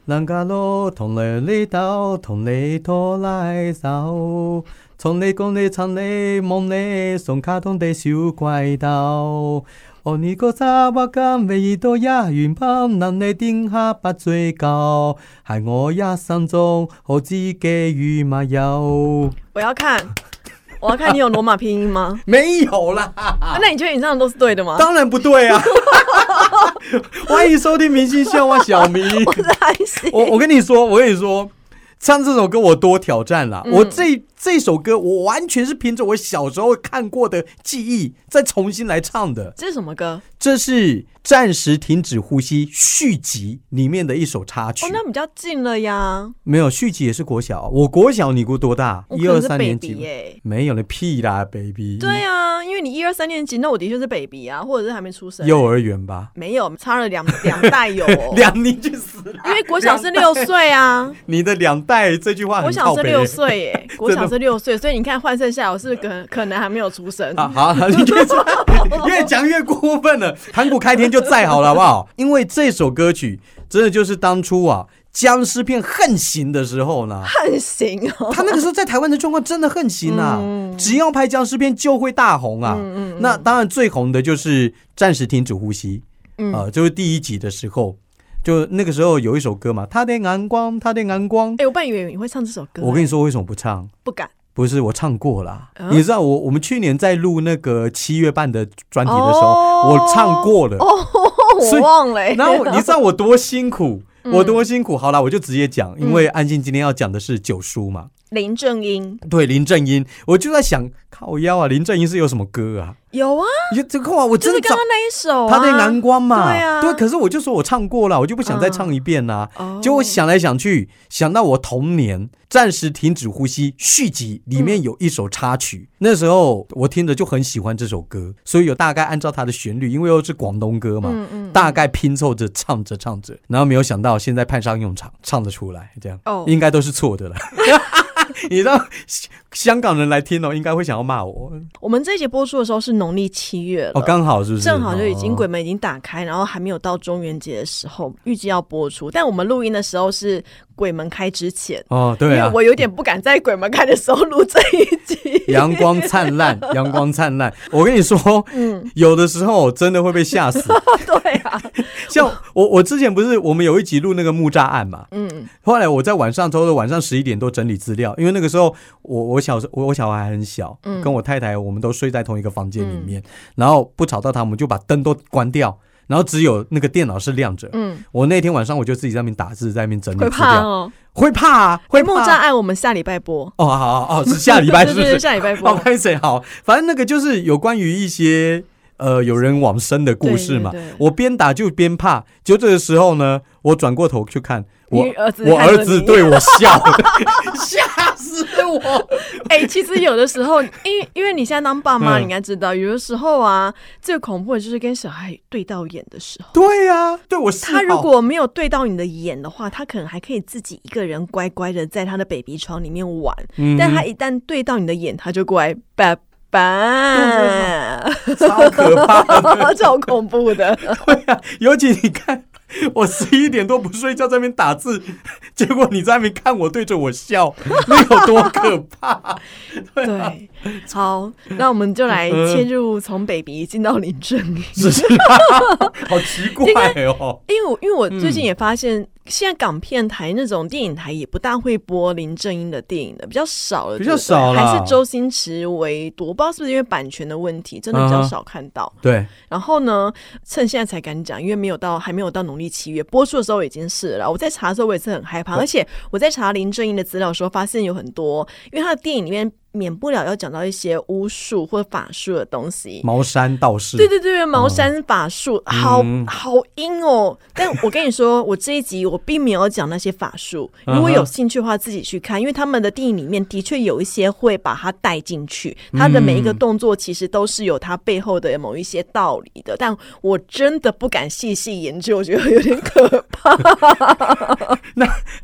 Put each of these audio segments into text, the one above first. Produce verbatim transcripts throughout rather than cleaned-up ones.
人家路同来里头，同来拖来走，从你讲你唱你梦你，送卡通的小怪盗。哦，你个查我敢为到呀远旁，人你顶下把最高，害我一生中好自己与马友。 我要看。我要看你有罗马拼音吗？ 没有啦、 啊。那你觉得你唱的都是对的吗？ 当然不对啊！欢迎收听明星秀，我小迷。 我是韩星。 我我跟你说，我跟你说，唱这首歌我多挑战啦！嗯、我这这首歌我完全是凭着我小时候看过的记忆再重新来唱的。 这是什么歌？ 这是《暂时停止呼吸》续集里面的一首插曲。 哦，那比较近了呀。 没有，续集也是国小。我国小，你估多大？一二三年级。没有了，屁啦 ，baby。 对啊，因为你一二三年级，那我的确是 baby 啊，或者是还没出生、欸。 幼儿园吧？ 没有，差了两两代有、哦。 两你去死啦！ 因为国小是六岁啊。 你的两代这句话很靠北。 国小是六岁耶，国小是六岁，所以你看换剩下我是可可能还没有出生。 好，好，你越讲越过分了。盘古开天就再好了，好不好？因为这首歌曲真的就是当初啊。僵尸片横行的时候呢， 横行哦， 他那个时候在台湾的状况真的横行啊，嗯、只要拍僵尸片就会大红啊。嗯嗯嗯、那当然最红的就是《暂时停止呼吸》，嗯，呃，就是第一集的时候，就那个时候有一首歌嘛，他的眼光，他的眼光。 哎、欸，我本以为你会唱这首歌、欸， 我跟你说为什么不唱？ 不敢。 不是我唱过啦、嗯，你知道我我们去年在录那个七月半的专题的时候，哦、我唱过了。 哦，我忘了、欸。 然后你知道我多辛苦，我多辛苦。好啦，我就直接讲，因为安静今天要讲的是九叔嘛。 林正英， 对林正英，我就在想，靠腰啊，林正英是有什么歌啊？ 有啊， 你这个我真的就是刚刚那一首、啊， 他的阳光嘛， 对啊， 对。可是我就说我唱过了，我就不想再唱一遍啦、啊。嗯、结果我想来想去，想到我童年《暂时停止呼吸》续集里面有一首插曲，嗯、那时候我听着就很喜欢这首歌，所以有大概按照它的旋律，因为又是广东歌嘛，嗯嗯、大概拼凑着唱着唱着，然后没有想到现在派上用场，唱得出来，这样、哦、应该都是错的了。你知道香港人来听哦，应该会想要骂我。 我们这一节播出的时候是农历七月了， 哦，刚好是不是？ 正好就已经鬼门已经打开，然后还没有到中元节的时候，预计要播出。但我们录音的时候是鬼门开之前哦，对啊， 因为我有点不敢在鬼门开的时候录这一集。 阳光灿烂，阳光灿烂。我跟你说，嗯，有的时候真的会被吓死。 对啊， 像我我之前不是我们有一集录那个木栅案嘛，嗯，后来我在晚上偷偷晚上十一点多整理资料，因为那个时候我我小我我小孩还很小，嗯，跟我太太我们都睡在同一个房间里面，嗯、然后不吵到他，我们就把灯都关掉。然后只有那个电脑是亮着，嗯，我那天晚上我就自己在那边打字，在那边整理资料， 会怕哦， 会怕啊，会怕、啊。 木栅案我们下礼拜播哦，好好好，是下礼拜是不是？ 对对对，下礼拜播。 好，拍谁好？反正那个就是有关于一些呃有人往生的故事嘛。对对对，我边打就边怕，就这个时候呢，我转过头去看。我儿子我儿子对我笑，吓死我！ 哎、欸，其实有的时候，因为因为你现在当爸妈，嗯、你应该知道，有的时候啊，最恐怖的就是跟小孩对到眼的时候。 对呀、啊，对我是。 他如果没有对到你的眼的话，他可能还可以自己一个人乖乖的在他的 baby 床里面玩，嗯、但他一旦对到你的眼，他就过来爸爸， 超可怕的， 超恐怖的。 对啊，尤其你看。我十一点多不睡觉在那边打字，结果你在那边看我对着我笑，那有多可怕？对, 啊、 对，好，那我们就来切入从 baby 进到林正英， 是好奇怪哦。 因为我因为我最近也发现，现在港片台那种电影台也不大会播林正英的电影的，比较少了， 比较少了， 还是周星驰为多。我不知道是不是因为版权的问题，真的比较少看到。 嗯、对， 然后呢，趁现在才敢讲，因为没有到还没有到农历七月播出的时候已经是了。我在查的时候我也是很害怕，而且我在查林正英的资料的时候，发现有很多，因为他的电影里面免不了要讲到一些巫术或法术的东西， 茅山道士， 对对对，茅山法术，嗯、好好阴哦。但我跟你说，我这一集我并没有讲那些法术，如果有兴趣的话自己去看，因为他们的电影里面的确有一些会把它带进去，他的每一个动作其实都是有他背后的某一些道理的，但我真的不敢细细研究，我觉得有点可怕。 那、欸、我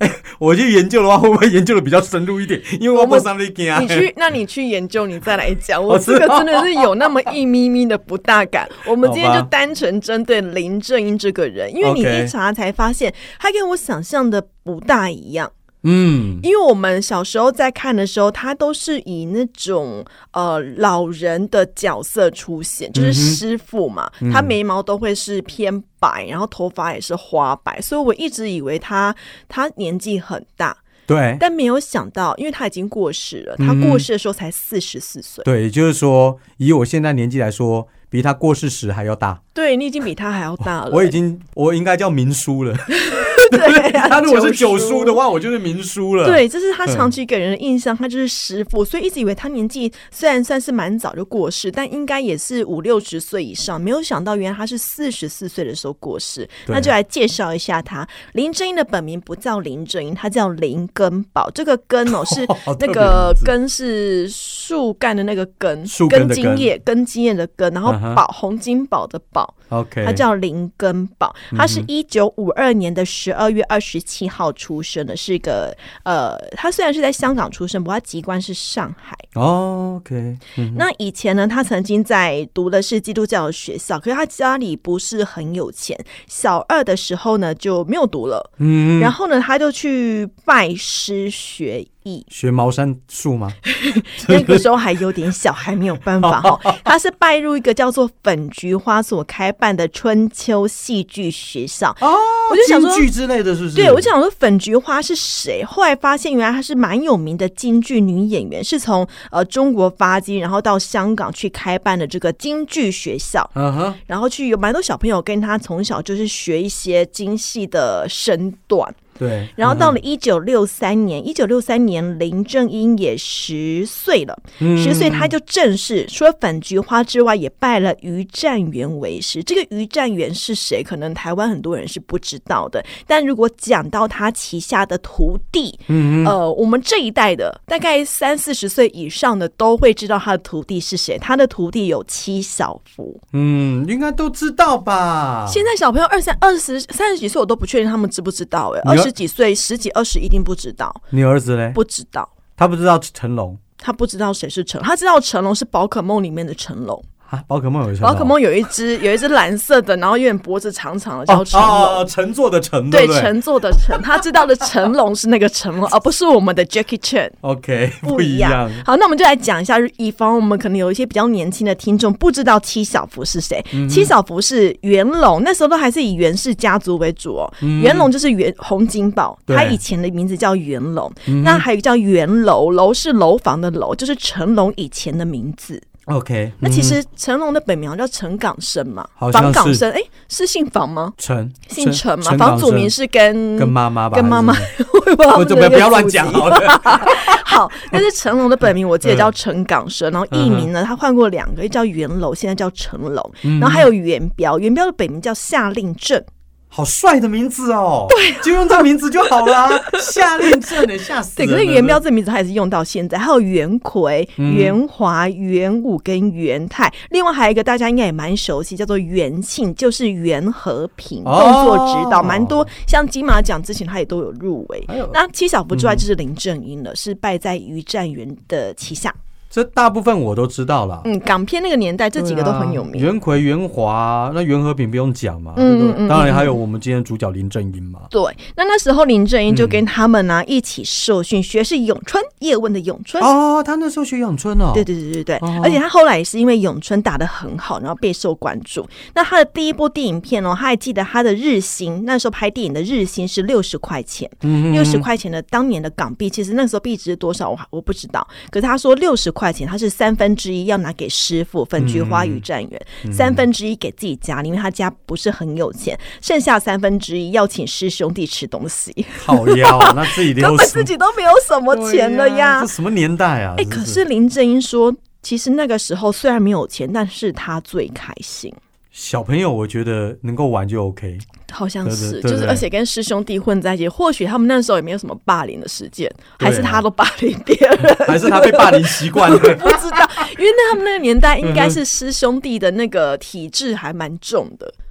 我去研究的话，会不会研究的比较深入一点？因为我不上力惊。 你去，那你去研究，你再来讲。我这个真的是有那么一咪咪的不大敢。我们今天就单纯针对林正英这个人，因为你一查才发现，他跟我想象的不大一样。嗯，因为我们小时候在看的时候，他都是以那种呃老人的角色出现，就是师傅嘛，嗯、他眉毛都会是偏白，然后头发也是花白，所以我一直以为他他年纪很大。 对， 但没有想到，因为他已经过世了，他过世的时候才四十四岁。 对，也就是说，以我现在年纪来说，比他过世时还要大。 对，你已经比他还要大了。 我已经，我应该叫民叔了。 对、啊， 他如果是九叔的话，我就是民叔了。 对，这是他长期给人的印象，嗯、他就是师傅，所以一直以为他年纪虽然算是蛮早就过世，但应该也是五六十岁以上。没有想到，原来他是四十四岁的时候过世。那就来介绍一下他。林正英的本名不叫林正英，他叫林根宝。这个根哦是那个根是树干的那个根，根茎叶，根茎叶的根，然后宝、uh-huh. 洪金宝的宝。 OK， 他叫林根宝，他是一九五二年的十二月二十七号出生的，是一个呃，他虽然是在香港出生，不过他籍贯是上海。 哦 OK， 那以前呢，他曾经在读的是基督教的学校，可是他家里不是很有钱，小二的时候呢就没有读了，嗯，然后呢他就去拜师学艺， 学茅山术吗？ 那个时候还有点小，还没有办法哈。他是拜入一个叫做粉菊花所开办的春秋戏剧学校哦， 我就想说京剧之类的，是不是？ 对，我就想说粉菊花是谁？后来发现原来她是蛮有名的京剧女演员，是从呃中国发迹，然后到香港去开办的这个京剧学校。嗯哼，然后去有蛮多小朋友跟她从小就是学一些京戏的身段。 对， 然后到了一九六三年，一九六三年林正英也十岁了，十、嗯、岁他就正式除了粉菊花之外，也拜了于占元为师。这个于占元是谁？可能台湾很多人是不知道的。但如果讲到他旗下的徒弟，嗯、呃，我们这一代的大概三四十岁以上的都会知道他的徒弟是谁。他的徒弟有七小福， 嗯，应该都知道吧？ 现在小朋友二三二十三十几岁，我都不确定他们知不知道哎、欸。十几岁十几二十一定不知道。 你儿子嘞？ 不知道。 他不知道成龙， 他不知道谁是成龙，他知道成龙是宝可梦里面的成龙。 啊，宝可梦有一宝可梦有一只有一只蓝色的，然后有点脖子长长的，叫成龙。 哦，乘坐的乘， 对，乘坐的乘。他知道的成龙是那个成龙，而不是我们的 Jackie Chan。OK， 不一样。 好，那我们就来讲一下，以防我们可能有一些比较年轻的听众不知道七小福是谁。嗯、七小福是元龙，那时候都还是以元氏家族为主哦。嗯、元龙就是元洪金宝，他以前的名字叫元龙。嗯、那还有一个叫元楼，楼是楼房的楼，就是成龙以前的名字。 OK， 那其实成龙的本名叫陈港生嘛，房港生，哎，是姓房吗？ 陈， 姓陈嘛，房祖名是跟跟妈妈吧， 跟妈妈， 我怎么不要乱讲好了。 好，但是成龙的本名我记得叫陈港生，然后艺名呢，他换过两个，一叫元楼，现在叫成龙，然后还有元彪，元彪的本名叫夏令正。 好帅的名字哦！ 对， 就用这名字就好了、啊。夏令正的吓死人了。对，可是元彪这名字还是用到现在。还有元奎、嗯、元华、元武跟元泰，另外还有一个大家应该也蛮熟悉，叫做元庆，就是元和平，动作指导，蛮、哦、多。像金马奖之前他也都有入围。那七小福之外就是林正英了，嗯、是拜在于占元的旗下。 这大部分我都知道了。 嗯，港片那个年代，这几个都很有名。 元奎、元华，那元和平不用讲嘛，嗯嗯嗯，当然还有我们今天主角林正英嘛。 对，那那时候林正英就跟他们呢、啊嗯、一起受训，学是咏春，叶问的咏春。 哦，他那时候学咏春哦。 对对对对对，哦、而且他后来也是因为咏春打得很好，然后备受关注。那他的第一部电影片哦，他还记得他的日薪，那时候拍电影的日薪是六十块钱，六十块钱的当年的港币，其实那时候币值是多少我我不知道，可是他说六十块钱，他是三分之一要拿给师傅粉菊花与占元、嗯，三分之一给自己家，因为他家不是很有钱，剩下三分之一要请师兄弟吃东西。 好呀，那自己根本自己都没有什么钱了呀！ 这什么年代啊？ 哎、欸，可是林正英说，其实那个时候虽然没有钱，但是他最开心。 小朋友，我觉得能够玩就 OK， 好像是，对对对对，就是而且跟师兄弟混在一起，或许他们那时候也没有什么霸凌的事件，还是他都霸凌别人， 还是他被霸凌习惯了， 不知道，因为那他们那个年代应该是师兄弟的那个体质还蛮重的。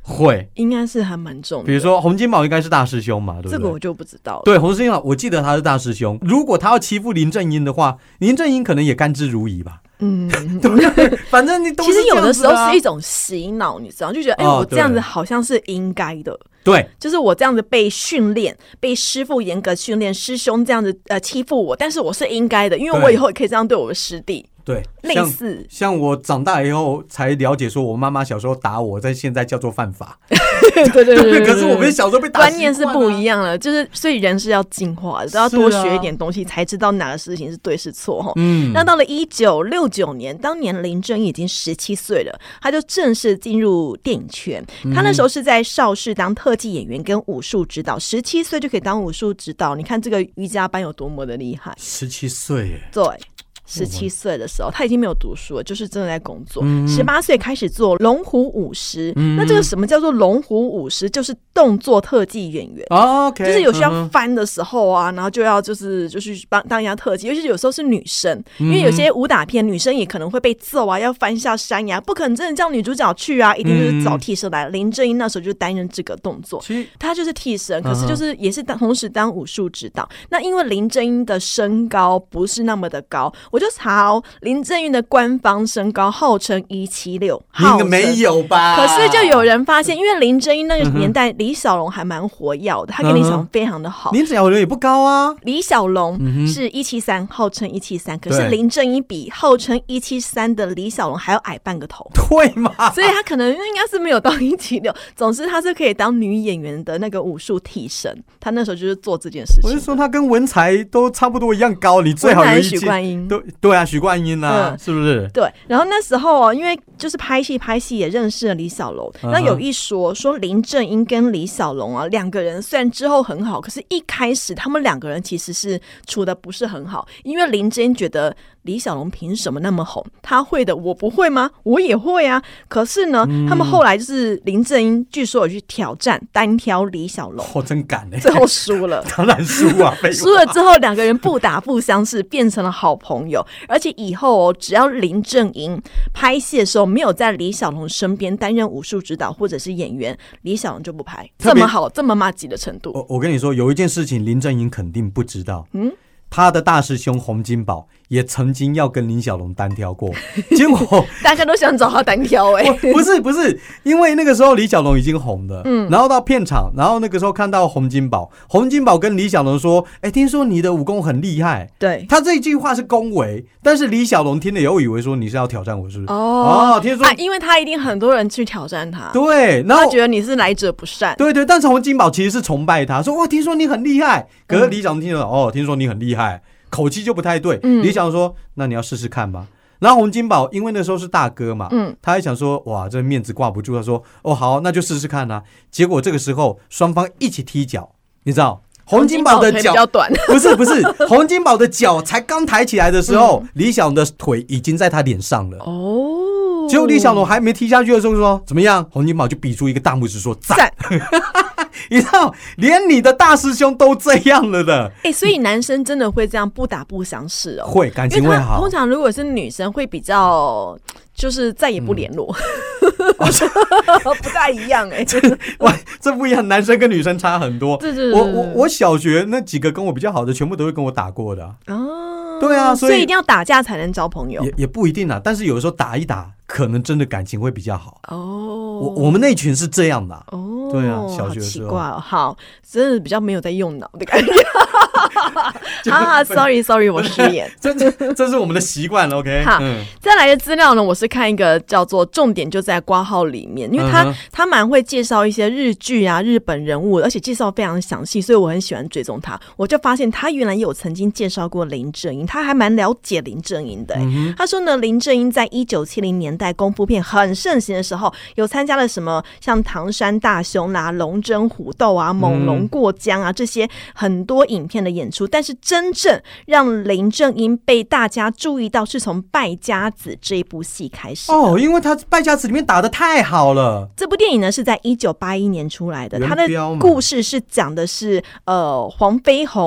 会， 应该是还蛮重的。 比如说洪金宝应该是大师兄嘛，对不对？ 这个我就不知道了。 对，洪金宝我记得他是大师兄。如果他要欺负林正英的话，林正英可能也甘之如饴吧。 嗯， 对，反正你都是这样子啊。 其实有的时候是一种洗脑，你知道，就觉得哎、欸，我这样子好像是应该的。 对， 就是我这样子被训练，被师父严格训练，师兄这样子呃欺负我，但是我是应该的，因为我以后也可以这样对我的师弟。 对， 类似像, 像我长大以后才了解，说我妈妈小时候打我，在现在叫做犯法。 对对 对, 对, 对， 可是我们小时候被打、啊， 观念是不一样了，就是所以人是要进化的，都要多学一点东西，才知道哪个事情是对是错。嗯，那到了一九六九年，当年林正英已经十七岁了，他就正式进入电影圈。他那时候是在邵氏当特技演员跟武术指导，十七岁就可以当武术指导，你看这个瑜伽班有多么的厉害。 十七岁耶， 对。十七岁的时候，他已经没有读书了，就是真的在工作。十八岁开始做龙虎舞狮、嗯，那这个什么叫做龙虎舞狮？就是动作特技演员。 哦 okay, 就是有需要翻的时候啊，然后就要就是就是帮当一下特技，尤其是有时候是女生，因为有些武打片女生也可能会被揍啊，要翻下山崖，不可能真的叫女主角去啊，一定就是找替身来。嗯、林正英那时候就担任这个动作，他就是替身，可是就是也是当同时当武术指导。那因为林正英的身高不是那么的高。我就查、哦、林正英的官方身高号称一七六， 应该没有吧？ 可是就有人发现，因为林正英那个年代，嗯、李小龙还蛮活跃的，他跟李小龙非常的好。 林小龙也不高啊， 李小龙是一七三，号称一七三，可是林正英比号称一七三的李小龙还要矮半个头， 对吗？ 所以他可能应该是没有到一七六。总之，他是可以当女演员的那个武术替身，他那时候就是做这件事情。 我是说，他跟文才都差不多一样高，你最好有一许冠英， 对对啊。许冠英啊、嗯，是不是？ 对，然后那时候哦，因为就是拍戏拍戏也认识了李小龙，那、uh-huh. 有一说说林正英跟李小龙啊两个人虽然之后很好，可是一开始他们两个人其实是处的不是很好，因为林正英觉得李小龙凭什么那么红？他会的，我不会吗？我也会啊。可是呢，嗯、他们后来就是林正英据说有去挑战单挑李小龙， 哦，真敢哎、欸！ 最后输了， 当然输啊！ 输了之后，两个人不打不相识，变成了好朋友。而且以后哦，只要林正英拍戏的时候没有在李小龙身边担任武术指导或者是演员，李小龙就不拍。这么好，这么麻吉的程度。 我我跟你说，有一件事情林正英肯定不知道。嗯。他的大师兄洪金宝也曾经要跟林小龙单挑过，结果大家都想找他单挑哎、 欸，不是不是，因为那个时候李小龙已经红了，嗯，然后到片场，然后那个时候看到洪金宝，洪金宝跟李小龙说：“哎、欸，听说你的武功很厉害。”对，他这一句话是恭维，但是李小龙听了以后以为说你是要挑战我，是不是？ 哦， 哦听说、 啊，因为他一定很多人去挑战他， 对，然后他觉得你是来者不善， 对对，但是洪金宝其实是崇拜他，说：“哇，听说你很厉害。”可是李小龙听了、嗯，哦，听说你很厉害。口气就不太对，嗯、李小龙说：“那你要试试看吧。”然后洪金宝因为那时候是大哥嘛，嗯，他还想说：“哇，这面子挂不住。”他说：“哦，好，那就试试看啊。”结果这个时候双方一起踢脚，你知道，洪金宝的脚比较短， 不是不是，洪金宝的脚才刚抬起来的时候，嗯、李小龙的腿已经在他脸上了。哦，结果李小龙还没踢下去的时候说：“怎么样？”洪金宝就比出一个大拇指说：“赞。”你知道，连你的大师兄都这样了的。 哎、欸，所以男生真的会这样不打不相识哦， 会感情会好。 通常如果是女生，会比较就是再也不联络，嗯哦、不大一样哎、欸。 哇，这不一样，男生跟女生差很多。对对对，我我我小学那几个跟我比较好的，全部都是跟我打过的啊。哦，对啊，所以所以一定要打架才能交朋友， 也也不一定啊。但是有的时候打一打，可能真的感情会比较好。哦，我我们那群是这样的、啊。哦。对啊，小学的时候好奇怪哦，好，真的比较没有在用脑的感觉。啊 ，sorry sorry， 我失言， 这这是我们的习惯了 ，OK。 好、嗯，再来的资料呢，我是看一个叫做重点就在括号里面，因为他、嗯、他蛮会介绍一些日剧啊、日本人物，而且介绍非常详细，所以我很喜欢追踪他。我就发现他原来有曾经介绍过林正英，他还蛮了解林正英的、欸嗯。他说呢，林正英在一九七零年代功夫片很盛行的时候，有参加了什么像唐山大兄啊、龙争虎斗啊、猛龙过江啊、嗯、这些很多影片的演出，但是真正让林正英被大家注意到是从《败家子》这一部戏开始哦，因为他《败家子》里面打得太好了。 这部电影呢是在一九八一年出来的，他的故事是讲的是呃黄飞鸿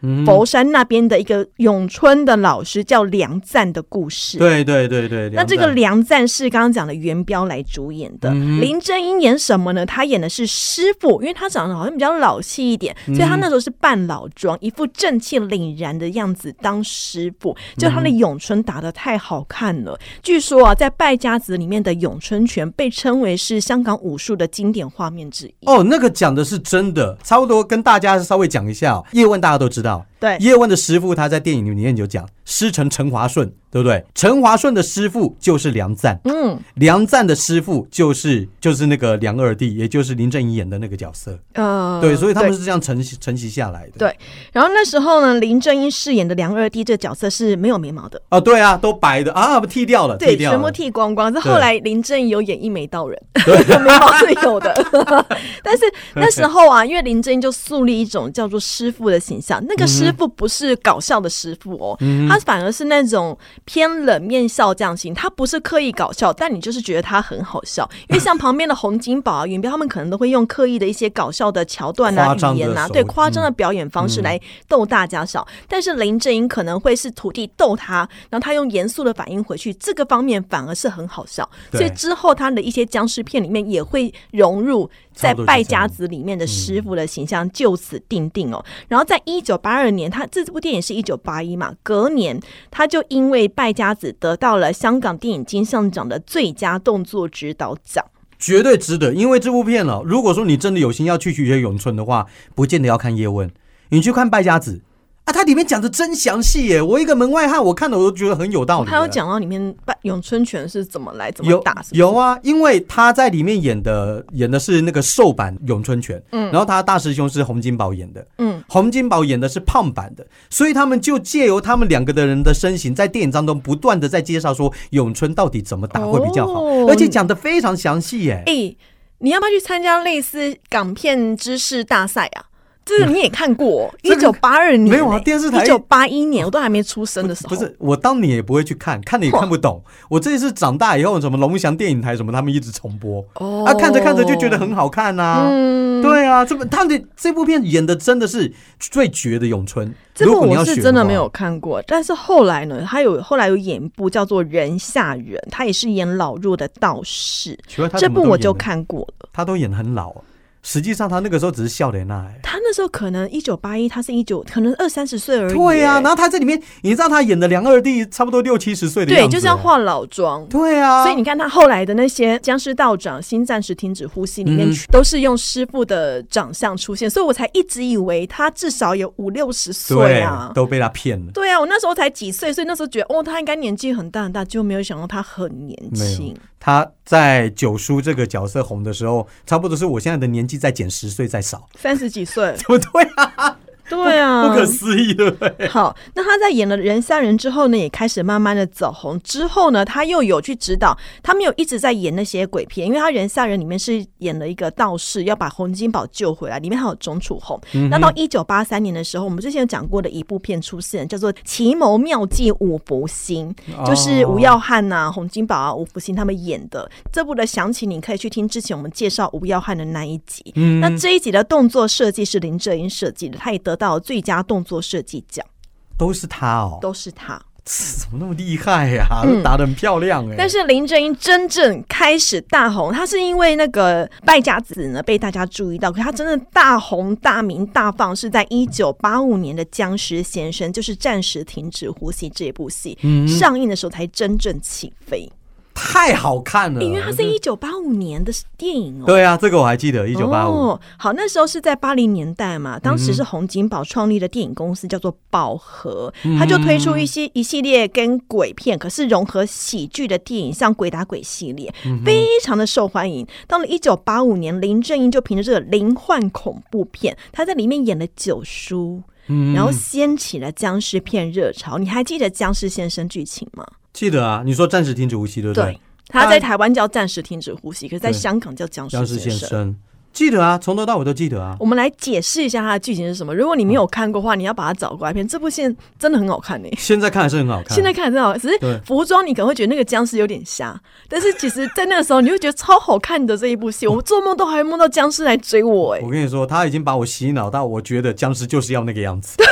佛山那边的一个咏春的老师叫梁赞的故事。 对对对对， 那这个梁赞是刚刚讲的元彪来主演的，嗯、林正英演什么呢？他演的是师傅，因为他长得好像比较老气一点，所以他那时候是扮老装，一副正气凛然的样子当师傅。就他的咏春打得太好看了，嗯、据说啊，在败家子里面的咏春拳被称为是香港武术的经典画面之一。 哦，那个讲的是真的，差不多跟大家稍微讲一下、哦。叶问大家都知道， 对， 叶问的师傅他在电影里面就讲师承陈华顺，对不对？陈华顺的师傅就是梁赞，嗯，梁赞的师傅就是就是那个梁二弟，也就是林正英演的那个角色，呃，对，所以他们是这样承承袭下来的。 对，然后那时候呢，林正英饰演的梁二弟这个角色是没有眉毛的， 哦，对啊，都白的啊，剃掉了， 对， 剃掉了全部剃光光。这后来林正英有演一眉道人，眉毛是有的，但是那时候啊，因为林正英就树立一种叫做师傅的形象，那个师傅不是搞笑的师傅哦，嗯、他反而是那种偏冷面笑匠型，他不是刻意搞笑，但你就是觉得他很好笑。因为像旁边的洪金宝啊、元彪他们可能都会用刻意的一些搞笑的桥段啊、语言啊，对，夸张的表演方式来逗大家笑。嗯、但是林正英可能会是徒弟逗他，然后他用严肃的反应回去，这个方面反而是很好笑。所以之后他的一些僵尸片里面也会融入在败家子里面的师傅的形象，就此定定哦。然后在一九八二年，他这部电影是一九八一嘛，隔年他就因为败家子得到了香港电影金像奖的最佳动作指导奖。 绝对值得，因为这部片哦，如果说你真的有心要去学咏春的话，不见得要看叶问，你去看败家子啊，它里面讲的真详细耶！我一个门外汉，我看了我都觉得很有道理。 他有讲到里面咏春拳是怎么来怎么打是不是？ 有有啊，因为他在里面演的演的是那个瘦版咏春拳，嗯，然后他大师兄是洪金宝演的，嗯，洪金宝演的是胖版的，所以他们就借由他们两个的人的身形，在电影当中不断的在介绍说咏春到底怎么打会比较好，哦、而且讲的非常详细耶。 哎、欸，你要不要去参加类似港片知识大赛啊？这个你也看过、哦，一九八二年、欸、 没有啊？电视台一九八一年我都还没出生的时候， 不是我当年也不会去看，看了也看不懂。我这次长大以后，什么龙翔电影台什么，他们一直重播，哦、啊，看着看着就觉得很好看啊。嗯，对啊，这部他的这部片演的真的是最绝的咏春。 这部我是真的没有看过，但是后来呢，他有后来有演一部叫做《人吓人》，他也是演老弱的道士。这部我就看过了， 他都演得很老、啊。实际上他那个时候只是笑脸啊， 他那时候可能一九八一，他是一九，可能二三十岁而已。 对啊，然后他这里面，你知道他演的梁二弟差不多六七十岁的样子， 对，就是要化老妆。 对啊， 所以你看他后来的那些僵尸道长、新暂时停止呼吸里面，嗯、都是用师傅的长相出现，所以我才一直以为他至少有五六十岁啊， 都被他骗了。 对啊，我那时候才几岁，所以那时候觉得哦，他应该年纪很大很大，结果没有想到他很年轻。 他在九叔这个角色红的时候，差不多是我现在的年纪再减十岁再少， 三十几岁， 对不对啊？ 对啊， 不可思议，对不对？ 好，那他在演了《人吓人》之后呢，也开始慢慢的走红。之后呢，他又有去指导，他没有一直在演那些鬼片，因为他《人吓人》里面是演了一个道士，要把洪金宝救回来，里面还有钟楚红。嗯、那到一九八三年的时候，我们之前有讲过的一部片出现，叫做《奇谋妙计五福星》，就是吴耀汉啊、洪金宝啊、吴福星他们演的。这部的详情你可以去听之前我们介绍吴耀汉的那一集。嗯、那这一集的动作设计是林正英设计的，他也得到最佳动作设计奖， 都是他哦， 都是他， 怎么那么厉害呀、啊？嗯、打得很漂亮哎、欸。 但是林正英真正开始大红，他是因为那个败家子呢被大家注意到，可是他真的大红大名大放是在一九八五年的《僵尸先生》，就是暂时停止呼吸这部戏、嗯、上映的时候才真正起飞。 太好看了， 因为它是一九八五年的电影哦。 对啊，这个我还记得，一九八五。 哦，好，那时候是在八零年代嘛，当时是洪金宝创立的电影公司叫做宝和，嗯、他就推出一些一系列跟鬼片，可是融合喜剧的电影，像《鬼打鬼》系列，嗯、非常的受欢迎。到了一九八五年，林正英就凭着这个灵幻恐怖片，他在里面演了九叔。嗯、然后掀起了僵尸片热潮。你还记得僵尸先生剧情吗？ 记得啊，你说暂时停止呼吸对不对？ 对，他在台湾叫暂时停止呼吸，可是在香港叫僵尸先生。 记得啊，从头到尾都记得啊。 我们来解释一下它的剧情是什么。如果你没有看过的话，你要把它找过来片。这部戏真的很好看呢、欸。 现在看还是很好看， 现在看还是很好看。只是服装你可能会觉得那个僵尸有点瞎，但是其实，在那个时候你会觉得超好看的这一部戏。我做梦都还会梦到僵尸来追我哎、欸。 我跟你说，他已经把我洗脑到，我觉得僵尸就是要那个样子。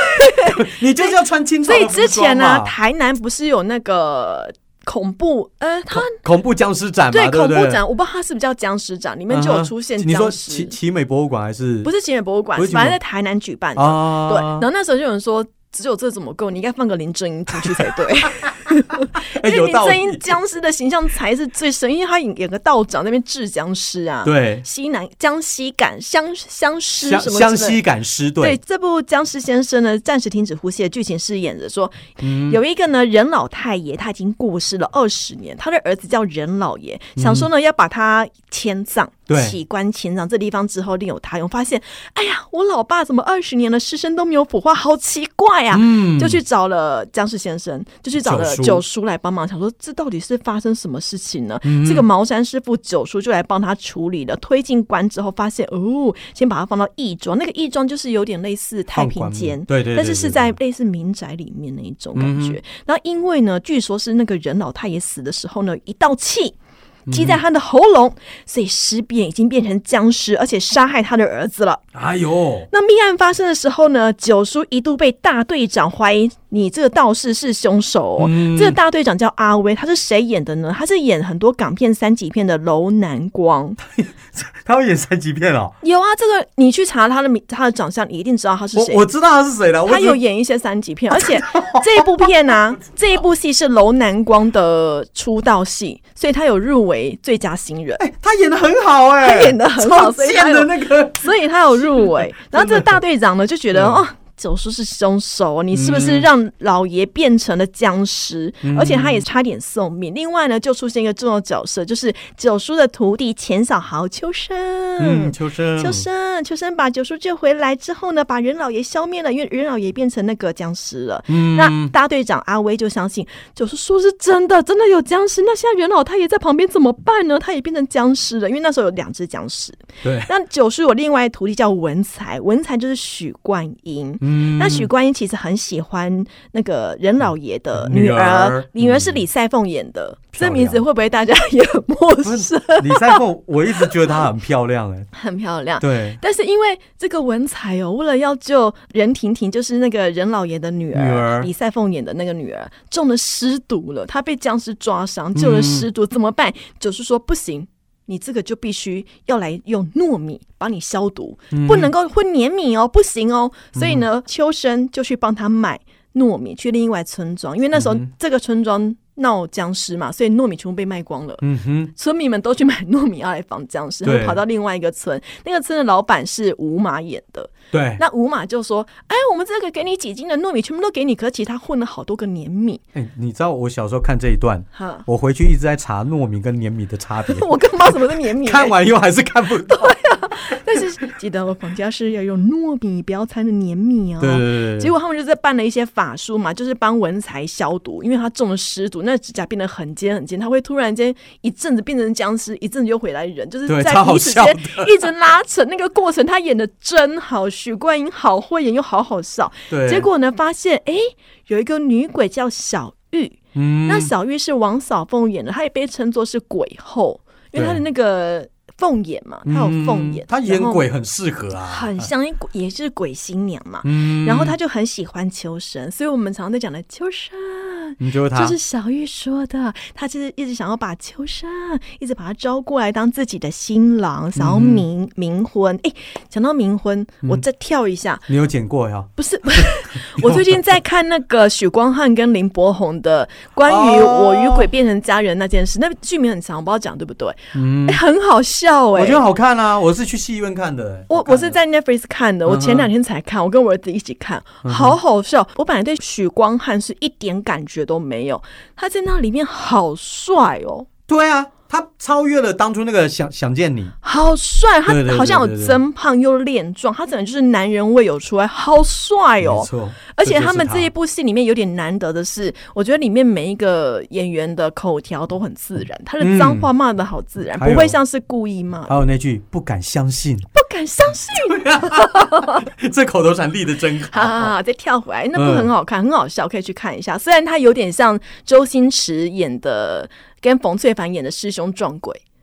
你就是要穿清朝的服装嘛。 所以之前呢、啊，台南不是有那个恐怖呃，他恐怖僵尸展嘛， 对， 对不对？ 恐怖展，我不知道它是不是叫僵尸展，里面就有出现僵尸。 你说奇奇美博物馆还是？ 不是奇美博物馆，反正在台南举办的。 啊、 对，然后那时候就有人说，只有这怎么够？你应该放个林正英进去才对。 欸、 因为林正英僵尸的形象才是最深，因为他演个道长那边治僵尸啊， 对， 西南江西赶相相尸什么湘西赶尸队。 对，这部僵尸先生呢，暂时停止呼吸的剧情是演着说、嗯，有一个呢任老太爷，他已经过世了二十年，他的儿子叫任老爷，想说呢、嗯、要把他迁葬。起棺迁葬，这地方之后另有他用，发现哎呀，我老爸怎么二十年了尸身都没有腐化，好奇怪啊、嗯、就去找了僵尸先生，就去找了九叔来帮忙，想说这到底是发生什么事情呢、嗯、这个茅山师傅九叔就来帮他处理了，推进棺之后发现哦，先把它放到义庄，那个义庄就是有点类似太平间， 对 对, 对, 对, 对, 对， 但是是在类似民宅里面那一种感觉、嗯、然后因为呢据说是那个任老太爷死的时候呢，一道气积在他的喉咙、嗯、所以尸变已经变成僵尸，而且杀害他的儿子了。 哎呦！ 那命案发生的时候呢，九叔一度被大队长怀疑你这个道士是凶手、哦嗯、这个大队长叫阿威，他是谁演的呢？他是演很多港片三级片的楼南光。 他会演三级片哦？ 有啊，这个你去查他的他的长相，你一定知道他是谁。 我, 我知道他是谁了， 他有演一些三级片，而且这一部片啊，这一部戏是楼南光的出道戏，所以他有入围最佳新人。 欸、他演得很好哎、 欸，他演得很好， 所以他有那个， 所以他有入围。然后这个大队长呢就觉得哦。九叔是凶手，你是不是让老爷变成了僵尸、嗯、而且他也差点送命。另外呢就出现一个重要角色，就是九叔的徒弟钱小豪秋生。 嗯，秋生秋生秋生把九叔救回来之后呢，把任老爷消灭了，因为任老爷变成那个僵尸了、嗯、那大队长阿威就相信九叔说是真的，真的有僵尸，那现在任老太爷在旁边怎么办呢？他也变成僵尸了，因为那时候有两只僵尸。 对， 那九叔有另外徒弟叫文才，文才就是许冠英。嗯，那许冠英其实很喜欢那个任老爷的女儿，女 儿, 女儿是李赛凤演的、嗯、这名字会不会大家也很陌生？ 李赛凤我一直觉得她很漂亮哎、欸， 很漂亮。 对， 但是因为这个文才哦，为了要救任婷婷，就是那个任老爷的女儿, 女儿李赛凤演的那个女儿中了尸毒了，她被僵尸抓伤，救了尸毒、嗯、怎么办？就是说不行，你这个就必须要来用糯米帮你消毒、嗯、不能够混黏米哦，不行哦。所以呢、嗯、秋生就去帮他买糯米去另外村庄，因为那时候这个村庄闹僵尸嘛，所以糯米全部被卖光了、嗯、哼，村民们都去买糯米要来防僵尸，他们跑到另外一个村，那个村的老板是吴马演的。 对， 那吴马就说哎，我们这个给你几斤的糯米全部都给你，可是其实他混了好多个黏米、 欸、你知道我小时候看这一段，我回去一直在查糯米跟黏米的差别我更不知道什么是黏米、欸、 看完以后还是看不懂。 对啊，但是记得我房家是要用糯米，不要掺的黏米哦。 对对对， 结果他们就在办了一些法术嘛，就是帮文才消毒，因为他中了尸毒，那指甲变得很尖很尖，他会突然间一阵子变成僵尸，一阵子又回来人，就是在彼此间一直拉扯，那个过程他演的真好，许冠英好会演又好好笑。对，结果呢发现哎，有一个女鬼叫小玉、嗯、那小玉是王扫凤演的，她也被称作是鬼后，因为她的那个凤眼嘛，她有凤眼、嗯、 她演鬼很适合啊， 很像也是鬼新娘嘛、嗯、然后她就很喜欢秋生，所以我们常常在讲的秋生你就是他， 就是小玉说的，他就是一直想要把秋生一直把他招过来当自己的新郎，想要冥冥、嗯、婚。哎，讲到冥婚、嗯，我再跳一下， 你有剪过呀？ 不是，我最近在看那个许光汉跟林柏宏的关于我与鬼变成家人那件事，那剧名很长，我不知道讲对不对？嗯，很好笑哎、欸， 我觉得好看啊，我是去戏院看的、欸， 我我是在 Netflix 看的，我前两天才看，我跟我儿子一起看，好好笑。我本来对许光汉是一点感觉都没有，他在那里面好帅哦。 对啊，他超越了当初那个想想见你， 好帅，他好像有增胖又练壮，他整个就是男人味有出来，好帅哦。没错，而且他们这一部戏里面有点难得的是，我觉得里面每一个演员的口条都很自然，他的脏话骂得好自然、嗯、不会像是故意骂。 还有那句不敢相信， 不敢相信这口头禅立得真好。 好好好，再跳回来，那部很好看、嗯、很好笑，可以去看一下。虽然他有点像周星驰演的跟冯翠凡演的师兄撞鬼，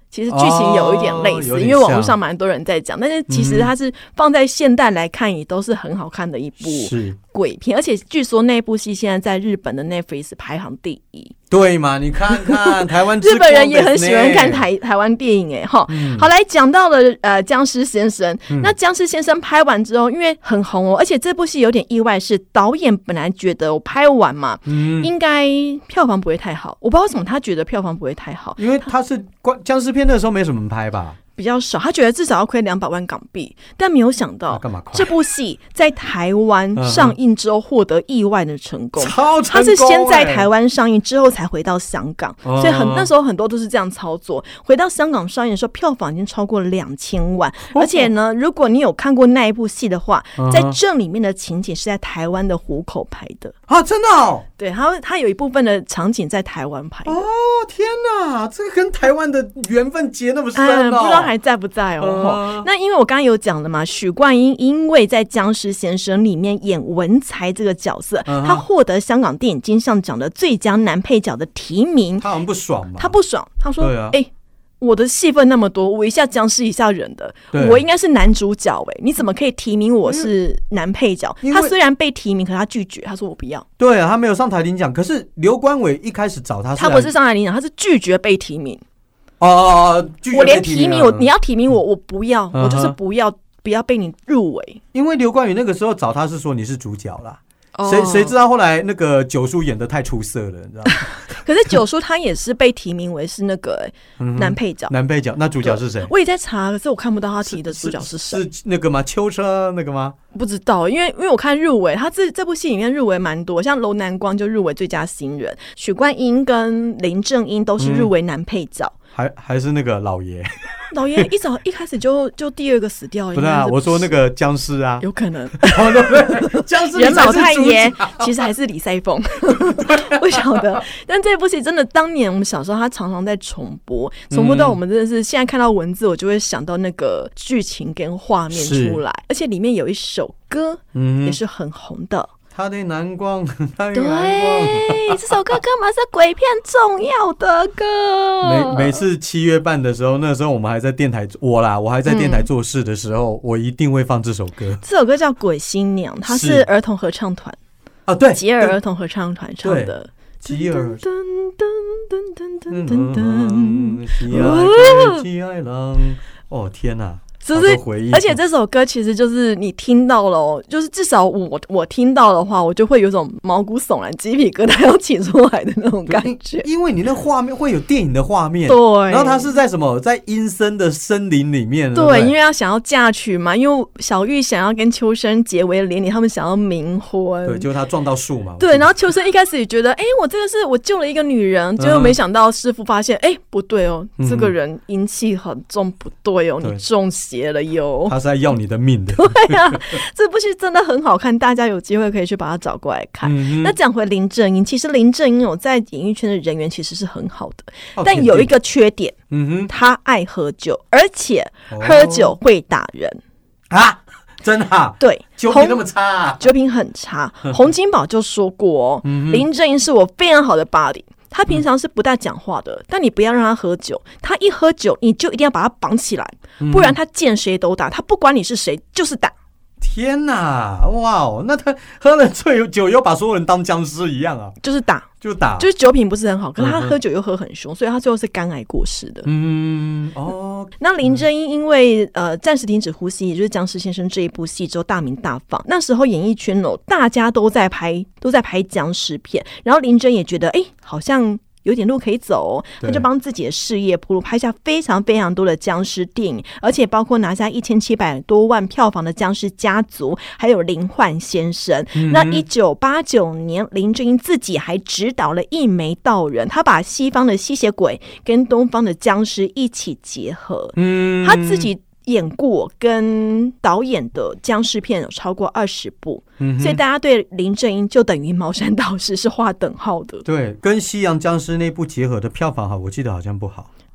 其实剧情有一点类似， 哦、 因为网络上蛮多人在讲，但是其实它是放在现代来看也都是很好看的一部鬼片，而且据说那部戏现在在日本的 Netflix 排行第一。 对嘛？你看看台湾日本人也很喜欢看台台湾电影哎哈、嗯。好，来讲到了呃僵尸先生、嗯，那僵尸先生拍完之后，因为很红哦，而且这部戏有点意外，是导演本来觉得我拍完嘛，嗯、应该票房不会太好，我不知道为什么他觉得票房不会太好， 因为他是僵尸片的时候没什么人拍吧。 比较少，他觉得至少要亏两百万港币，但没有想到、啊、这部戏在台湾上映之后获得意外的成功， 超成功、欸！ 他是先在台湾上映之后才回到香港，嗯、所以很那时候很多都是这样操作。回到香港上映的时候，票房已经超过两千万，而且呢，如果你有看过那一部戏的话，嗯、在这里面的情景是在台湾的湖口拍的啊，真的哦。 对，他他有一部分的场景在台湾拍的。 哦，天哪，这个跟台湾的缘分结那么深哦， 嗯、不知道还在不在哦。Uh, 那因为我刚刚有讲了嘛，许冠英因为在《僵尸先生》里面演文才这个角色， uh-huh. 他获得香港电影金像奖的最佳男配角的提名。 他好像不爽嘛？ 他不爽，他说：“哎、啊欸，我的戏份那么多，我一下僵尸一下人的，我应该是男主角哎、欸，你怎么可以提名我是男配角？”他虽然被提名，可是他拒绝，他说我不要。 对啊，他没有上台领奖。可是刘冠伟一开始找他是， 他不是上台领奖，他是拒绝被提名。 哦， 我连提名我，你要提名我，我不要，嗯、我就是不要，不要被你入围。 因为刘冠宇那个时候找他是说你是主角啦，谁、哦、谁知道后来那个九叔演得太出色了，你知道吗？ 可是九叔他也是被提名为是那个、欸嗯、男配角， 男配角，那主角是谁？ 我也在查，可是我看不到他提的主角是谁， 是那个吗？秋车那个吗？ 不知道，因为因为我看入围，他这这部戏里面入围蛮多，像楼南光就入围最佳新人，许冠英跟林正英都是入围男配角。嗯还还是那个老爷， 老爷一早一开始就就第二个死掉了。 不是啊，我说那个僵尸啊， 有可能。 僵尸人老太爷其实还是李赛凤，不晓得。但这部戏真的，当年我们小时候，他常常在重播，重播到我们真的是现在看到文字，我就会想到那个剧情跟画面出来，而且里面有一首歌，嗯，也是很红的。 他的南光，他的南光， 对，这首歌根本是鬼片重要的歌。 每每次七月半的时候，那时候我们还在电台，我啦，我还在电台做事的时候，嗯、我一定会放这首歌。 这首歌叫《鬼新娘》，它是儿童合唱团啊，对， 吉尔儿童合唱团唱的。 吉尔， 噔噔噔噔噔噔噔，喜爱喜爱郎，哦天哪！ 是不是？而且这首歌其实就是你听到了、哦，就是至少我我听到的话，我就会有种毛骨悚然、鸡皮疙瘩要起出来的那种感觉。 因为你那画面会有电影的画面， 对。 然后它是在什么？在阴森的森林里面， 对， 对， 因为要想要嫁娶嘛，因为小玉想要跟秋生结为连理，他们想要冥婚。 对，结果他撞到树嘛。 对，然后秋生一开始也觉得，哎、欸，我这个是我救了一个女人，结果没想到师傅发现，哎、欸，不对哦，嗯、这个人阴气很重，不对哦，你中邪了哟。 他是在要你的命的。 对啊，这部戏真的很好看，大家有机会可以去把它找过来看。嗯、那讲回林正英，其实林正英有在演艺圈的人缘其实是很好的，哦、但有一个缺点，嗯哼，他爱喝酒，而且喝酒会打人、 哦、啊。真的、啊？ 对， 酒品那么差、啊， 酒品很差。洪金宝就说过哦，嗯、林正英是我非常好的 buddy。他平常是不大讲话的、嗯，但你不要让他喝酒。他一喝酒，你就一定要把他绑起来，嗯、不然他见谁都打。他不管你是谁，就是打。 天哪，哇哦！那他喝了醉酒又把所有人当僵尸一样啊？ 就是打， 就打， 就是酒品不是很好，可是他喝酒又喝很凶，嗯、所以他最后是肝癌过世的。 嗯哦。 那林正英因为呃暂时停止呼吸，也就是《僵尸先生》这一部戏之后大名大放。那时候演艺圈哦，大家都在拍都在拍僵尸片，然后林正也觉得哎，好像有点路可以走、哦，他就帮自己的事业铺路，拍下非常非常多的僵尸电影，而且包括拿下一千七百多万票房的《僵尸家族》，还有《灵幻先生》嗯。那一九八九年，林正英自己还执导了《一眉道人》，他把西方的吸血鬼跟东方的僵尸一起结合。嗯，他自己演过跟导演的僵尸片有超过二十部、嗯，所以大家对林正英就等于茅山道士是划等号的。 对，跟西洋僵尸那部结合的票房好，我记得好像不好。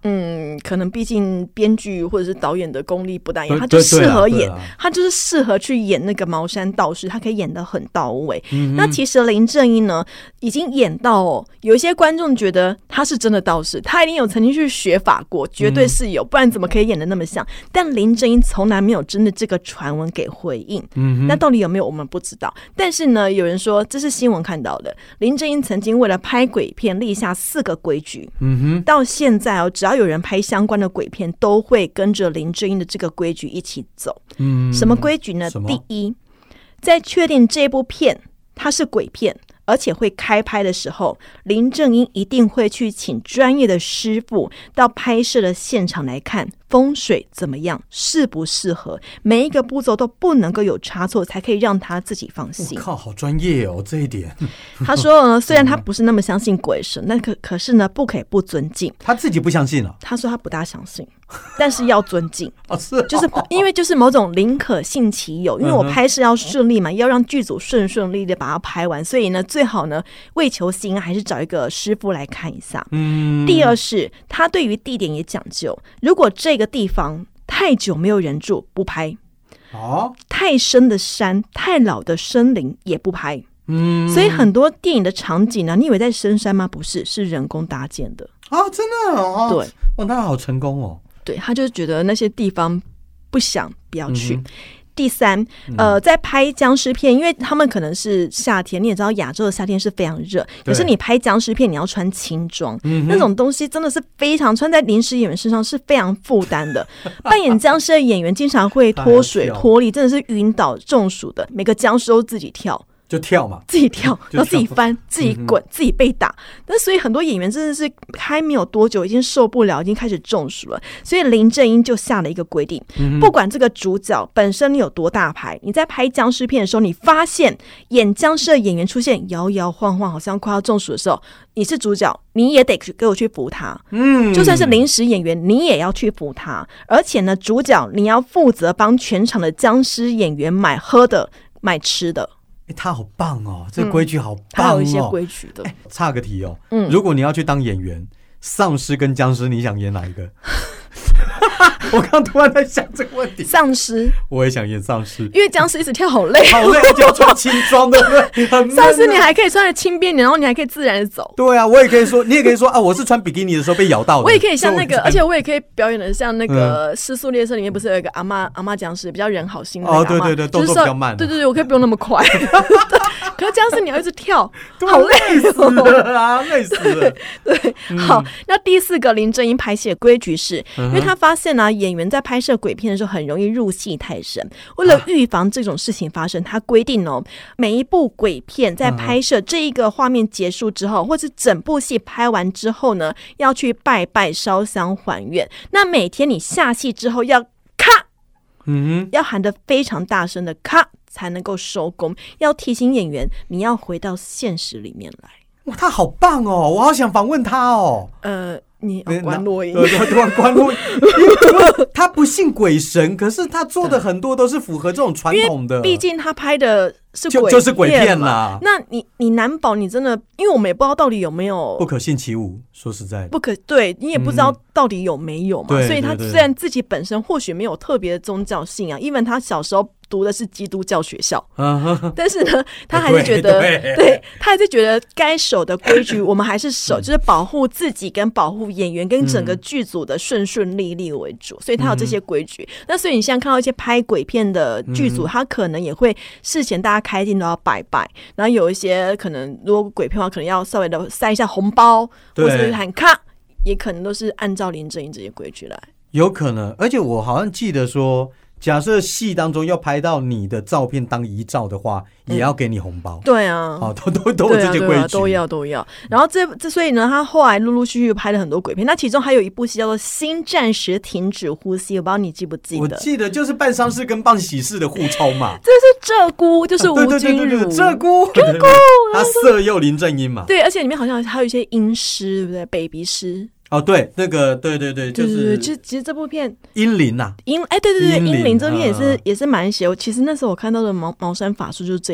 嗯，可能毕竟编剧或者是导演的功力不大一样，他就适合演，他就是适合去演那个茅山道士，他可以演得很到位。嗯、那其实林正英呢，已经演到哦，有一些观众觉得他是真的道士，他一定有曾经去学法过，绝对是有，不然怎么可以演得那么像？但林正英从来没有针对这个传闻给回应。嗯，那到底有没有我们不知道。但是呢，有人说这是新闻看到的，林正英曾经为了拍鬼片立下四个规矩。嗯哼，到现在哦，只要有人拍相关的鬼片，都会跟着林正英的这个规矩一起走。嗯，什么规矩呢？第一，在确定这部片它是鬼片，而且会开拍的时候，林正英一定会去请专业的师傅到拍摄的现场来看风水怎么样，适不适合，每一个步骤都不能够有差错，才可以让他自己放心。 我靠，好专业哦，这一点。 他说呢，虽然他不是那么相信鬼神，那可可是呢，不可以不尊敬。 他自己不相信了、啊。 他说他不大相信，但是要尊敬。 哦，是哦， 就是因为就是某种宁可信其有，因为我拍摄要顺利嘛，要让剧组顺顺利利的把它拍完，所以呢，最好呢为求心安，还是找一个师傅来看一下。嗯。第二是他对于地点也讲究，如果这个地方太久没有人住，不拍。哦。太深的山、太老的森林也不拍。嗯。所以很多电影的场景呢，你以为在深山吗？不是，是人工搭建的。 啊，真的哦。 对。 哇，那好成功哦。 对，他就觉得那些地方不想不要去。嗯、第三，呃，在拍僵尸片，因为他们可能是夏天，你也知道亚洲的夏天是非常热，可是你拍僵尸片你要穿轻装，嗯、那种东西真的是非常穿在临时演员身上是非常负担的。扮演僵尸的演员经常会脱水脱力，真的是晕倒中暑的，每个僵尸都自己跳。 就跳嘛， 自己跳，然后自己翻，自己滚，嗯、自己被打。那所以很多演员真的是拍没有多久，已经受不了，已经开始中暑了。所以林正英就下了一个规定，嗯、不管这个主角本身你有多大牌，你在拍僵尸片的时候，你发现演僵尸的演员出现摇摇晃晃，好像快要中暑的时候，你是主角，你也得给我去扶他。嗯，就算是临时演员，你也要去扶他。而且呢，主角你要负责帮全场的僵尸演员买喝的、买吃的。 欸、他好棒哦，这个规矩好棒哦。他、嗯、 有一些规矩的。 欸、岔个题哦，嗯，如果你要去当演员，丧尸跟僵尸，你想演哪一个？我刚突然在想这个问题。 丧尸， 我也想演丧尸， 因为僵尸一直跳好累， 好累，而且要穿轻装，对不对？ 丧尸你还可以穿着轻便点，然后你还可以自然的走。 对啊，我也可以说，你也可以说啊，我是穿比基尼的时候被咬到的。 我也可以像那个，而且我也可以表演的像那个《失速列车》里面不是有一个阿嬷阿嬷僵尸，比较人好心的哦，对对对，动作比较慢。 对对对，我可以不用那么快。可是僵尸你要一直跳，好累死了啊，累死了。 对，好，那第四个林正英拍戏的规矩是，因为他发现呢、啊，演员在拍摄鬼片的时候很容易入戏太深，为了预防这种事情发生，他规定哦，每一部鬼片在拍摄这一个画面结束之后，或是整部戏拍完之后呢，要去拜拜烧香还愿。那每天你下戏之后要咔，嗯，要喊得非常大声的咔，才能够收工。要提醒演员，你要回到现实里面来。 哇，他好棒哦！我好想访问他哦。 呃。你关录音， 对对对，关录音。他不信鬼神，可是他做的很多都是符合这种传统的。 毕竟他拍的是鬼片嘛， 就就是鬼片啦。 那你你难保你真的，因为我们也不知道到底有没有不可信其无。说实在的， 不可对你也不知道到底有没有嘛。嗯、所以他虽然自己本身或许没有特别的宗教信仰，因为他小时候读的是基督教学校，嗯、但是呢，他还是觉得，对, 对, 对他还是觉得该守的规矩我们还是守，就是保护自己跟保护演员跟整个剧组的顺顺利利为主，所以他有这些规矩。嗯、那所以你现在看到一些拍鬼片的剧组，嗯、他可能也会事前大家开镜都要拜拜，然后有一些可能如果鬼片的话，可能要稍微的塞一下红包，或者是喊咔，也可能都是按照林正英这些规矩来。 有可能，而且我好像记得说，假设戏当中要拍到你的照片当遗照的话，也要给你红包。 嗯、对啊， 哦，都都都有这些规矩， 啊啊、都要都要。然后这这所以呢，他后来陆陆续续拍了很多鬼片，那其中还有一部戏叫做《新暂时停止呼吸》，我不知道你记不记得？ 我记得就是办丧事跟办喜事的互抽嘛。 这是鹧鸪，就是吴君如， 鹧鸪，鹧鸪，他色诱林正英嘛。 对，而且里面好像还有一些阴尸，对不对？北鼻尸。 哦，对，那个，对对对，就是， 对对对，其实其实这部片阴灵呐， 阴，哎，对对对，阴灵这部片也是、嗯、也是蛮邪。其实那时候我看到的茅茅山法术就是这一部，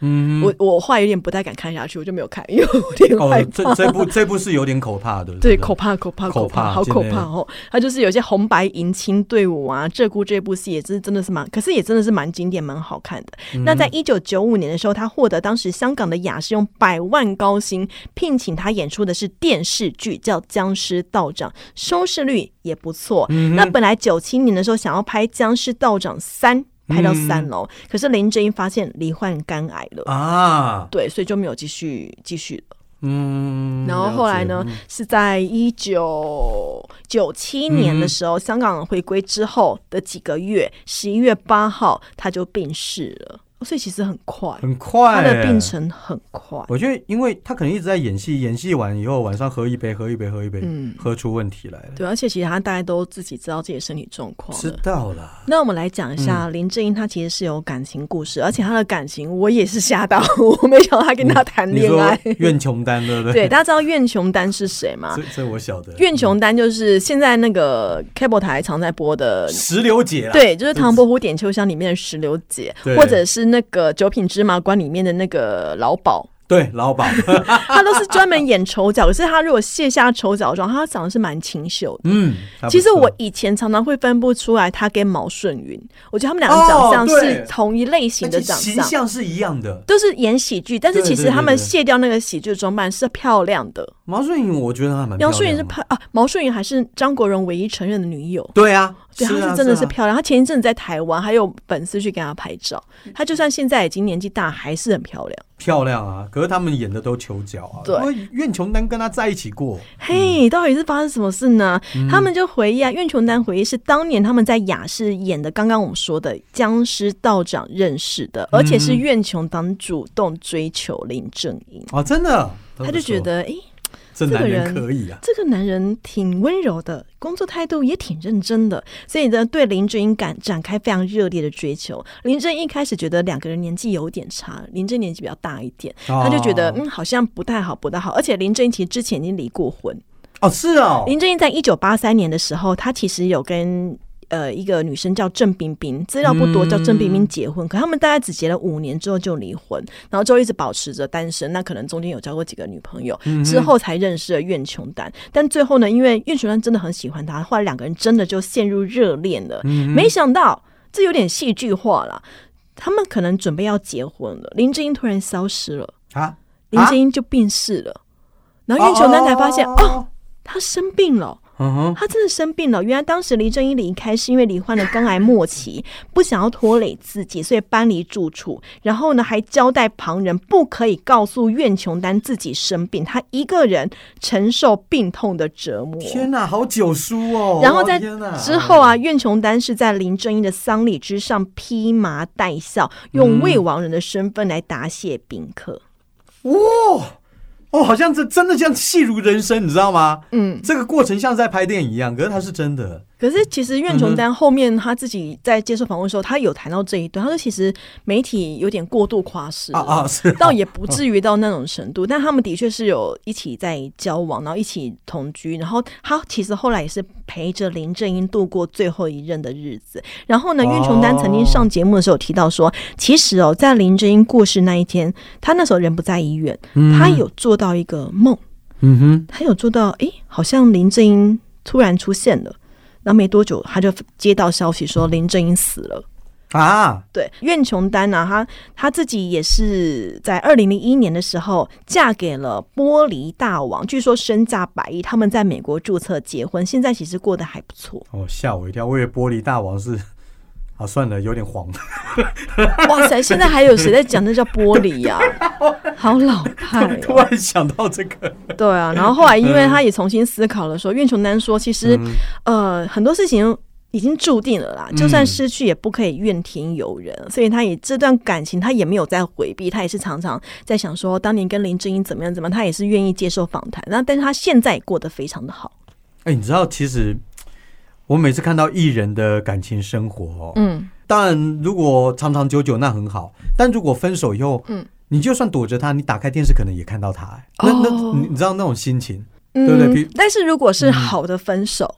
嗯，我我后来有点不太敢看下去，我就没有看，因为我有点害怕。 哦、这这部这部是有点可怕的， 对，可怕可怕可怕，好可怕哦！它就是有些红白银青队伍啊，鹧鸪这部戏也是真的是蛮，可是也真的是蛮经典、蛮好看的。嗯、那在一九九五年的时候，他获得当时香港的亚视用百万高薪聘请他演出的是电视剧，叫《僵尸道长》，收视率也不错。嗯、那本来九七年的时候想要拍《僵尸道长三》。拍到三楼、嗯，可是林正英发现罹患肝癌了啊，对，所以就没有继续继续了。嗯，然后后来呢，嗯、是在一九九七年的时候、嗯，香港回归之后的几个月，十一月八号他就病逝了。所以其实很快， 很快， 他的病程很快。 我觉得，因为他可能一直在演戏，演戏完以后晚上喝一杯，喝一杯，喝一杯，嗯，喝出问题来了。 对，而且其实他大概都自己知道自己的身体状况， 知道了。 那我们来讲一下、嗯、林正英，他其实是有感情故事，而且他的感情我也是吓到，我没想到他跟他谈恋爱。 你说苑琼丹对不对？ 对，大家知道苑琼丹是谁吗？ 这这我晓得。 苑琼丹就是现在那个 Cable 台常在播的石榴姐啦， 对，就是《唐伯虎点秋香》里面的石榴姐，或者是那个九品芝麻官里面的那个老鸨， 对，老鸨他都是专门演丑角，可是他如果卸下丑角妆，他长得是蛮清秀的。嗯，其实我以前常常会分不出来他跟毛舜筠，我觉得他们两个长相是同一类型的长相， 形象是一样的， 都是演喜剧，但是其实他们卸掉那个喜剧的装扮是漂亮的。 毛舜筠我觉得他蛮漂亮的， 毛舜筠是漂啊，毛舜筠还是张国荣唯一承认的女友。 对啊。 对，他是真的是漂亮。他前一阵子在台湾还有粉丝去跟他拍照，他就算现在已经年纪大，还是很漂亮。 漂亮啊！可是他们演的都丑角啊。 对， 苑琼丹跟他在一起过。 嘿，到底是发生什么事呢？嗯、他们就回忆啊，苑琼丹回忆是当年他们在亚视演的，刚刚我们说的《僵尸道长》认识的，而且是苑琼丹主动追求林正英。 哦，真的？ 他就觉得，哎。 这男人可以啊， 这个男人挺温柔的，工作态度也挺认真的，所以呢，对林正英敢展开非常热烈的追求。林正英一开始觉得两个人年纪有点差，林正英年纪比较大一点，哦、他就觉得嗯好像不太好，不太好。而且林正英其实之前已经离过婚哦，是哦。 林正英在一九八三年的时候，他其实有跟。呃，一个女生叫郑冰冰，资料不多，叫郑冰冰结婚，嗯、可他们大概只结了五年之后就离婚，然后就一直保持着单身。那可能中间有交过几个女朋友，嗯、之后才认识了苑琼丹。但最后呢，因为苑琼丹真的很喜欢他，后来两个人真的就陷入热恋了。嗯、没想到这有点戏剧化了，他们可能准备要结婚了，林正英突然消失了啊，林正英就病逝了，然后苑琼丹才发现 哦, 哦，他生病了。他真的生病了，原来当时林正英离开是因为罹患了肝癌末期，不想要拖累自己，所以搬离住处，然后呢还交代旁人不可以告诉苑琼丹自己生病，他一个人承受病痛的折磨。 天哪，好九叔哦！ 然后在之后啊，苑琼丹是在林正英的丧礼之上披麻戴孝，用未亡人的身份来答谢宾客。 哇、哦！哦，好像这真的像戏如人生，你知道吗？嗯，这个过程像在拍电影一样，可是它是真的。 可是其实苑琼丹后面他自己在接受访问的时候，他有谈到这一段，他说其实媒体有点过度夸饰啊啊，是啊，倒也不至于到那种程度，但他们的确是有一起在交往，然后一起同居，然后他其实后来也是陪着林正英度过最后一任的日子。然后呢，苑琼丹曾经上节目的时候提到说，其实哦，在林正英过世那一天，他那时候人不在医院，嗯、他有做到一个梦，嗯哼，他有做到，哎，好像林正英突然出现了。然后没多久，他就接到消息说林正英死了啊！对，苑琼丹啊，她她自己也是在二零零一年的时候嫁给了玻璃大王，据说身价百亿，他们在美国注册结婚，现在其实过得还不错。 哦，吓我一跳，我以为玻璃大王是。啊，算了，有点黄。 哇塞，现在还有谁在讲那叫玻璃呀、啊？好老派、哦！ 突然想到这个。对啊，然后后来因为他也重新思考了说，苑琼丹说，其实、嗯、呃很多事情已经注定了啦，就算失去也不可以怨天尤人，嗯、所以他也这段感情他也没有在回避，他也是常常在想说，当年跟林正英怎么样怎么样，他也是愿意接受访谈。那但是他现在也过得非常的好。 哎、欸，你知道其实。我每次看到艺人的感情生活、哦，嗯，当然如果长长久久那很好，但如果分手以后，嗯，你就算躲着他，你打开电视可能也看到他、欸，那、哦、那你知道那种心情，嗯、对不对？但是如果是好的分手，嗯、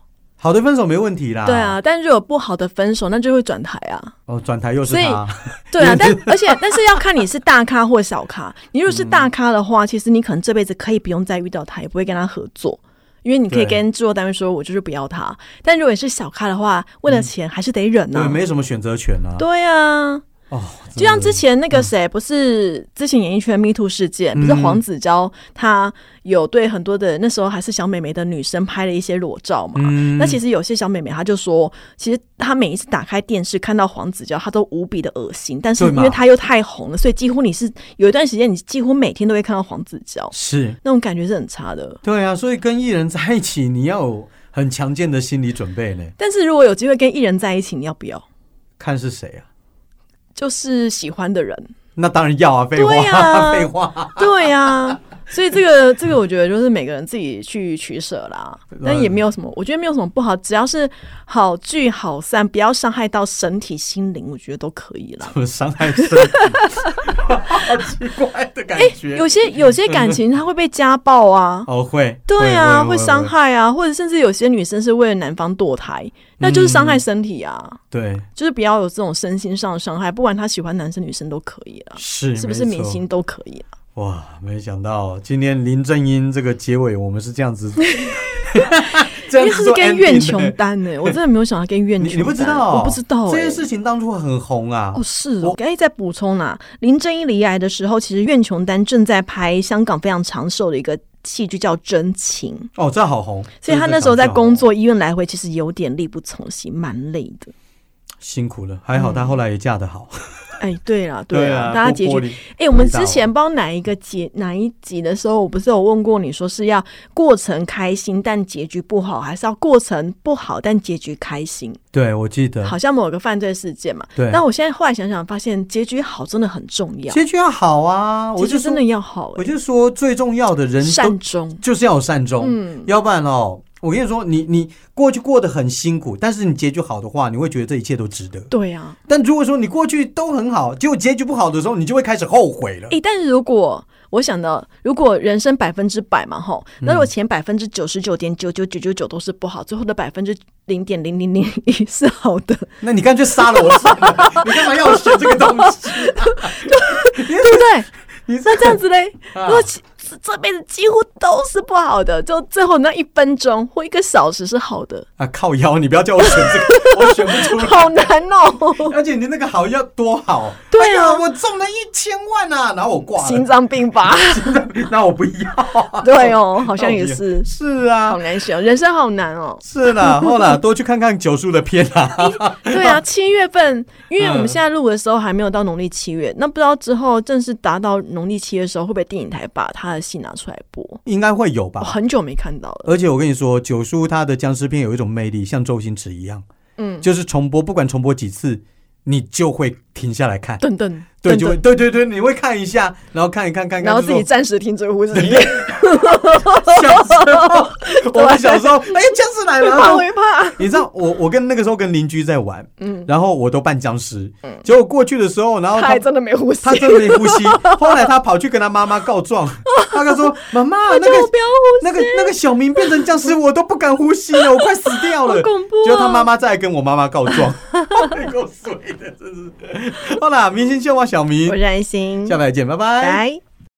好的分手没问题啦。 对啊，但如果不好的分手，那就会转台啊。 哦，转台又是他。 对啊，但而且但是要看你是大咖或小咖。你如果是大咖的话，嗯、其实你可能这辈子可以不用再遇到他，也不会跟他合作。因为你可以跟制作单位说，我就是不要他。但如果你是小咖的话，为了钱还是得忍啊。 对，没什么选择权啊。 对啊。哦，就像之前那个谁，不是之前演艺圈 Me Too 事件，嗯、不是黄子佼他有对很多的那时候还是小美眉的女生拍了一些裸照嘛？嗯、那其实有些小美眉她就说，其实她每一次打开电视看到黄子佼，她都无比的恶心，但是因为她又太红了，所以几乎你是有一段时间，你几乎每天都会看到黄子佼， 是那种感觉是很差的。 对啊，所以跟艺人在一起，你要有很强健的心理准备呢。 但是如果有机会跟艺人在一起，你要不要？ 看是谁啊？ 就是喜欢的人， 那当然要啊，废话，对啊，废话， 对啊，所以这个这个我觉得就是每个人自己去取舍啦，但也没有什么，我觉得没有什么不好，只要是好聚好散，不要伤害到身体心灵，我觉得都可以啦。 怎么伤害身体？好奇怪的感觉。 欸、有些有些感情它会被家暴啊， 哦会， 对啊，会伤害啊，或者甚至有些女生是为了男方堕胎。那就是伤害身体啊、嗯， 对， 就是不要有这种身心上的伤害，不管他喜欢男生女生都可以了， 是是不是明星都可以了？ 哇，没想到今天林正英这个结尾我们是这样子， 因为他是跟苑琼丹呢、欸，我真的没有想到跟苑琼丹， 你不知道， 我不知道、欸、 这件事情当初很红啊。 哦，是哦，我刚才再补充啦，林正英离癌的时候，其实苑琼丹正在拍香港非常长寿的一个戏剧叫《真情》 哦，这好红， 所以他那时候在工作医院来回，其实有点力不从心，蛮累的， 辛苦了。还好他后来也嫁得好。 哎、嗯，对啦，对啦， 啊、 大家结局。哎，我们之前不知道哪一个节哪一集的时候，我不是有问过你说是要过程开心但结局不好，还是要过程不好但结局开心？ 对，我记得好像某个犯罪事件嘛。对。但我现在后来想想，发现结局好真的很重要。 结局要好啊，我就真的要好、欸。 我就说最重要的人善终， 就是要有善终， 嗯， 要不然哦。我跟你说，你你过去过得很辛苦，但是你结局好的话，你会觉得这一切都值得。 对啊。 但如果说你过去都很好，结果结局不好的时候，你就会开始后悔了。 哎、欸，但是如果我想到，如果人生百分之百嘛，吼，那如果前百分之九十九点九九九九九都是不好，最后的百分之零点零零零一是好的， 那你干脆杀了我算了，你干嘛要我选这个东西、啊？ 对不对？那这样子嘞，如果这辈子几乎都是不好的，就最后那一分钟或一个小时是好的啊！靠腰，你不要叫我选这个，我选不出来， 好难哦！ 而且你那个好要多好， 对啊， 哎、我中了一千万啊，然后我挂了， 心脏病发， 那我不要、啊。 对哦，好像也是， 是啊， 好难选，人生好难哦。 是啦，后来多去看看九叔的片啊。 对啊，七月份，因为我们现在录的时候还没有到农历七月，那不知道之后正式达到农历七月的时候，会不会电影台把他的戏拿出来播？ 应该会有吧， 我很久没看到了。 而且我跟你说，九叔他的僵尸片有一种魅力，像周星驰一样，嗯，就是重播，不管重播几次，你就会停下来看。 噔噔， 对，就会对对对，你会看一下，然后看一看看看， 然后自己暂时停止呼吸。 小时候，我们小时候，哎，僵尸来了， 会怕会怕。 你知道，我我跟那个时候跟邻居在玩，嗯，然后我都扮僵尸，嗯，结果过去的时候，然后他还真的没呼吸， 他真的没呼吸。后来他跑去跟他妈妈告状，他跟说：“妈妈，那个那个那个小明变成僵尸，我都不敢呼吸了，我快死掉了。” 好恐怖、啊！ 结果他妈妈再来跟我妈妈告状，太够水的，真是。好啦，明星秀哇，小明， 我是安心， 下次再见，拜拜。 拜。